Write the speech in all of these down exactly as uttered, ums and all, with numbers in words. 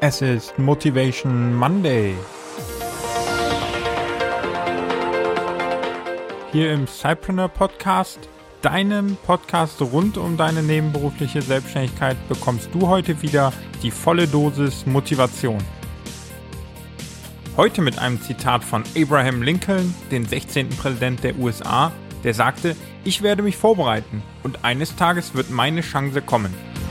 Es ist Motivation Monday. Hier im Cypreneur Podcast, deinem Podcast rund um deine nebenberufliche Selbstständigkeit, bekommst du heute wieder die volle Dosis Motivation. Heute mit einem Zitat von Abraham Lincoln, den sechzehnten Präsident der U S A, der sagte: Ich werde mich vorbereiten und eines Tages wird meine Chance kommen.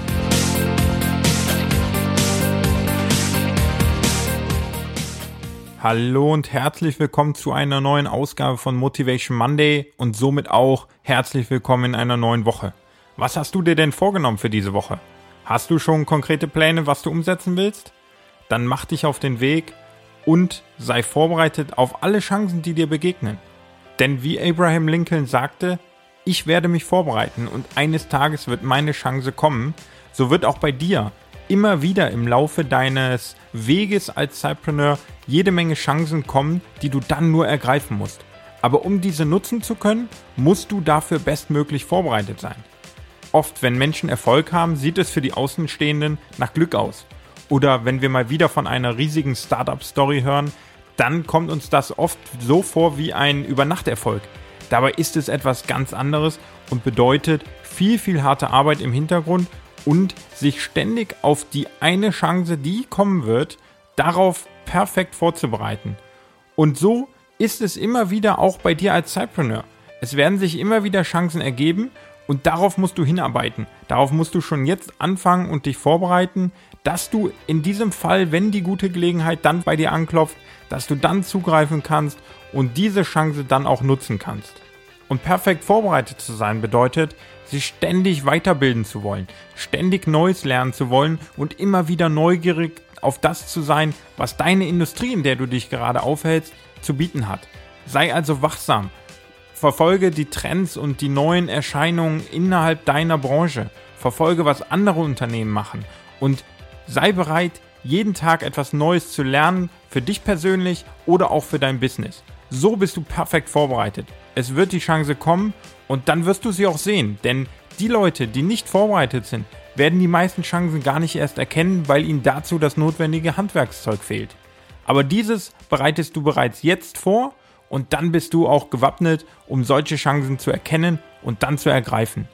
Hallo und herzlich willkommen zu einer neuen Ausgabe von Motivation Monday und somit auch herzlich willkommen in einer neuen Woche. Was hast du dir denn vorgenommen für diese Woche? Hast du schon konkrete Pläne, was du umsetzen willst? Dann mach dich auf den Weg und sei vorbereitet auf alle Chancen, die dir begegnen. Denn wie Abraham Lincoln sagte, ich werde mich vorbereiten und eines Tages wird meine Chance kommen, so wird auch bei dir immer wieder im Laufe deines Weges als Cypreneur jede Menge Chancen kommen, die du dann nur ergreifen musst. Aber um diese nutzen zu können, musst du dafür bestmöglich vorbereitet sein. Oft, wenn Menschen Erfolg haben, sieht es für die Außenstehenden nach Glück aus. Oder wenn wir mal wieder von einer riesigen Startup-Story hören, dann kommt uns das oft so vor wie ein Übernachterfolg. Dabei ist es etwas ganz anderes und bedeutet viel, viel harte Arbeit im Hintergrund und sich ständig auf die eine Chance, die kommen wird, darauf perfekt vorzubereiten. Und so ist es immer wieder auch bei dir als Cypreneur. Es werden sich immer wieder Chancen ergeben und darauf musst du hinarbeiten. Darauf musst du schon jetzt anfangen und dich vorbereiten, dass du in diesem Fall, wenn die gute Gelegenheit dann bei dir anklopft, dass du dann zugreifen kannst und diese Chance dann auch nutzen kannst. Und perfekt vorbereitet zu sein bedeutet, sich ständig weiterbilden zu wollen, ständig Neues lernen zu wollen und immer wieder neugierig auf das zu sein, was deine Industrie, in der du dich gerade aufhältst, zu bieten hat. Sei also wachsam, verfolge die Trends und die neuen Erscheinungen innerhalb deiner Branche, verfolge, was andere Unternehmen machen und sei bereit, jeden Tag etwas Neues zu lernen, für dich persönlich oder auch für dein Business. So bist du perfekt vorbereitet. Es wird die Chance kommen und dann wirst du sie auch sehen, denn die Leute, die nicht vorbereitet sind, werden die meisten Chancen gar nicht erst erkennen, weil ihnen dazu das notwendige Handwerkszeug fehlt. Aber dieses bereitest du bereits jetzt vor und dann bist du auch gewappnet, um solche Chancen zu erkennen und dann zu ergreifen.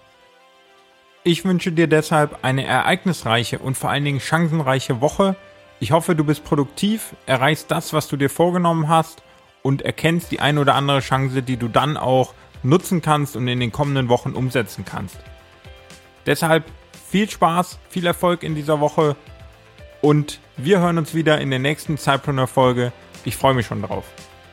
Ich wünsche dir deshalb eine ereignisreiche und vor allen Dingen chancenreiche Woche. Ich hoffe, du bist produktiv, erreichst das, was du dir vorgenommen hast und erkennst die ein oder andere Chance, die du dann auch nutzen kannst und in den kommenden Wochen umsetzen kannst. Deshalb viel Spaß, viel Erfolg in dieser Woche und wir hören uns wieder in der nächsten Cypreneur-Folge. Ich freue mich schon drauf.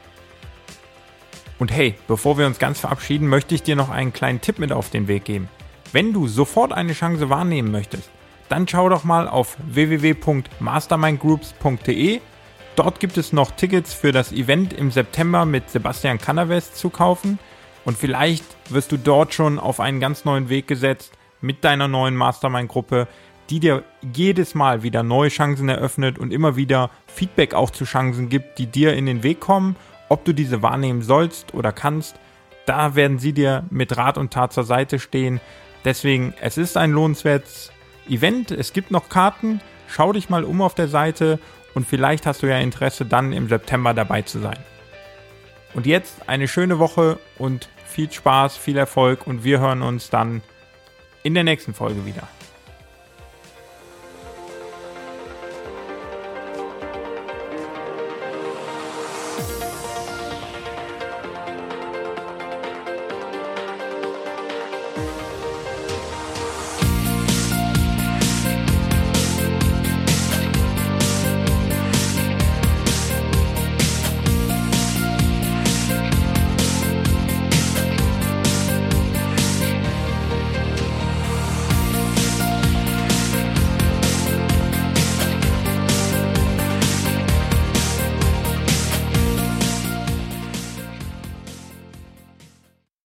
Und hey, bevor wir uns ganz verabschieden, möchte ich dir noch einen kleinen Tipp mit auf den Weg geben. Wenn du sofort eine Chance wahrnehmen möchtest, dann schau doch mal auf w w w punkt mastermindgroups punkt d e. Dort gibt es noch Tickets für das Event im September mit Sebastian Canaves zu kaufen und vielleicht wirst du dort schon auf einen ganz neuen Weg gesetzt mit deiner neuen Mastermind-Gruppe, die dir jedes Mal wieder neue Chancen eröffnet und immer wieder Feedback auch zu Chancen gibt, die dir in den Weg kommen, ob du diese wahrnehmen sollst oder kannst. Da werden sie dir mit Rat und Tat zur Seite stehen. Deswegen, es ist ein lohnenswertes Event, es gibt noch Karten, schau dich mal um auf der Seite und vielleicht hast du ja Interesse, dann im September dabei zu sein. Und jetzt eine schöne Woche und viel Spaß, viel Erfolg und wir hören uns dann in der nächsten Folge wieder.